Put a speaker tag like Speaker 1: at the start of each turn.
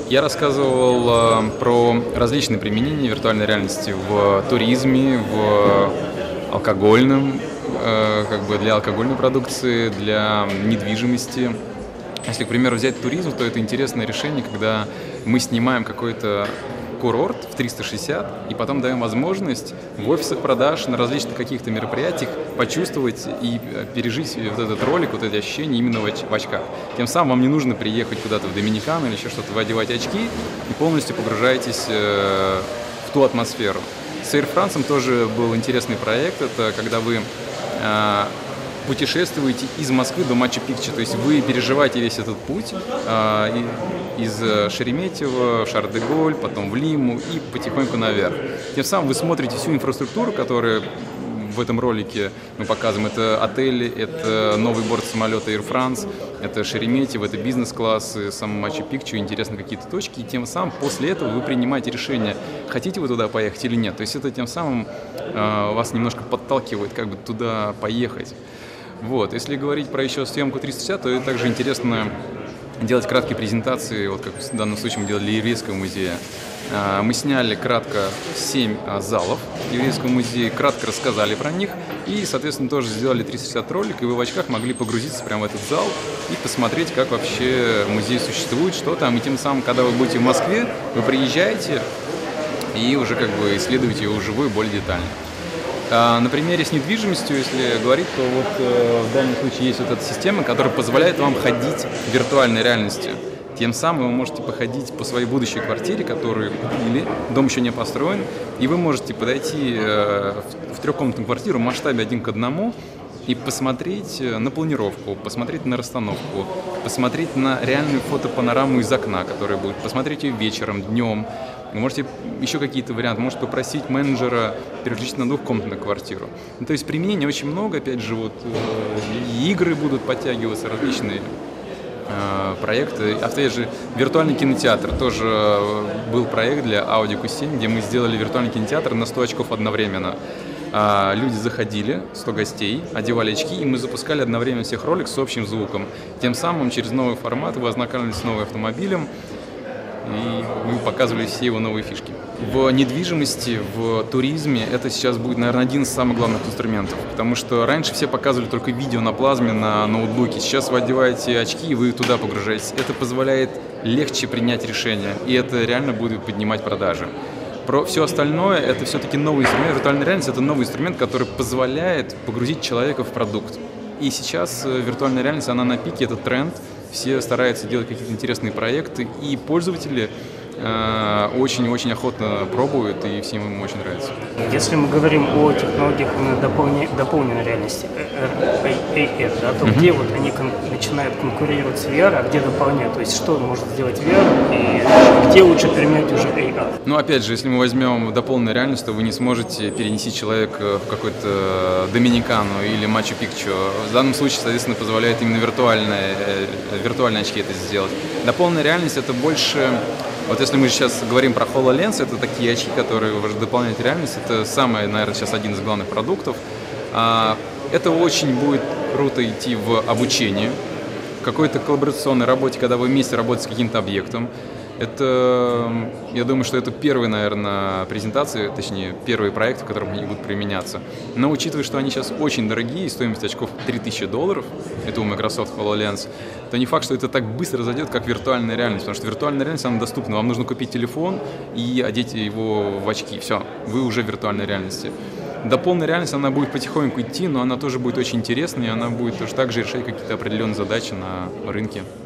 Speaker 1: Я рассказывал про различные применения виртуальной реальности в туризме, в алкогольном, для алкогольной продукции, для недвижимости. Если, к примеру, взять туризм, то это интересное решение, когда мы снимаем какой-то курорт в 360 и потом даем возможность в офисах продаж на различных каких-то мероприятиях почувствовать и пережить вот этот ролик, вот эти ощущения именно в очках. Тем самым вам не нужно приехать куда-то в Доминикану или еще что-то, вы одеваете очки и полностью погружаетесь в ту атмосферу. С Air France тоже был интересный проект, это когда вы путешествуете из Москвы до Мачу-Пикчу, то есть вы переживаете весь этот путь из Шереметьево в Шар-де-Голь, потом в Лиму и потихоньку наверх. Тем самым вы смотрите всю инфраструктуру, которая в этом ролике мы показываем. Это отели, это новый борт самолета Air France, это Шереметьево, это бизнес-класс, сам Мачу-Пикчу, интересно какие-то точки. И тем самым после этого вы принимаете решение, хотите вы туда поехать или нет. То есть это тем самым вас немножко подталкивает туда поехать. Вот. Если говорить про еще съемку 360, то это также интересно делать краткие презентации, вот как в данном случае мы делали для Еврейского музея. Мы сняли кратко 7 залов Еврейского музея, кратко рассказали про них и, соответственно, тоже сделали 360 ролик, и вы в очках могли погрузиться прямо в этот зал и посмотреть, как вообще музей существует, что там. И тем самым, когда вы будете в Москве, вы приезжаете и уже исследуете его вживую более детально. На примере с недвижимостью, если говорить, то в данном случае есть вот эта система, которая позволяет вам ходить в виртуальной реальности. Тем самым вы можете походить по своей будущей квартире, которую купили, дом еще не построен, и вы можете подойти в трехкомнатную квартиру в масштабе 1 к 1 и посмотреть на планировку, посмотреть на расстановку, посмотреть на реальную фотопанораму из окна, которая будет, посмотреть ее вечером, днем. Вы можете еще какие-то варианты, можете попросить менеджера переключить на двухкомнатную квартиру. То есть применений очень много, опять же, и игры будут подтягиваться, различные проекты. Опять же, виртуальный кинотеатр. Тоже был проект для Audi Q7, где мы сделали виртуальный кинотеатр на 100 очков одновременно. Люди заходили, 100 гостей, одевали очки, и мы запускали одновременно всех ролик с общим звуком. Тем самым через новый формат вы ознакомились с новым автомобилем, и мы показывали все его новые фишки. В недвижимости, в туризме это сейчас будет, наверное, один из самых главных инструментов, потому что раньше все показывали только видео на плазме, на ноутбуке. Сейчас вы одеваете очки, и вы туда погружаетесь. Это позволяет легче принять решение, и это реально будет поднимать продажи. Про все остальное это все-таки новый инструмент. Виртуальная реальность — это новый инструмент, который позволяет погрузить человека в продукт. И сейчас виртуальная реальность, она на пике, это тренд. Все стараются делать какие-то интересные проекты, и пользователи очень-очень охотно пробуют, и всем им очень нравится.
Speaker 2: Если мы говорим о технологиях дополненной реальности, AR, да, то где они начинают конкурировать с VR, а где дополняют? То есть что может сделать VR и где лучше применять уже AR?
Speaker 1: Опять же, если мы возьмем дополненную реальность, то вы не сможете перенести человека в какой-то Доминикану или Мачу-Пикчу. В данном случае, соответственно, позволяет именно виртуальные очки это сделать. Дополненная реальность — это больше... Если мы сейчас говорим про HoloLens, это такие очки, которые дополняют реальность. Это самый, наверное, сейчас один из главных продуктов. Это очень будет круто идти в обучение, в какой-то коллаборационной работе, когда вы вместе работаете с каким-то объектом. Я думаю, что это первые, наверное, презентации, точнее, первые проекты, в которых они будут применяться. Но учитывая, что они сейчас очень дорогие, стоимость очков $3000, это у Microsoft HoloLens, то не факт, что это так быстро зайдет, как виртуальная реальность, потому что виртуальная реальность, она доступна. Вам нужно купить телефон и одеть его в очки. Все, вы уже в виртуальной реальности. Дополненная реальность, она будет потихоньку идти, но она тоже будет очень интересной, и она будет тоже также решать какие-то определенные задачи на рынке.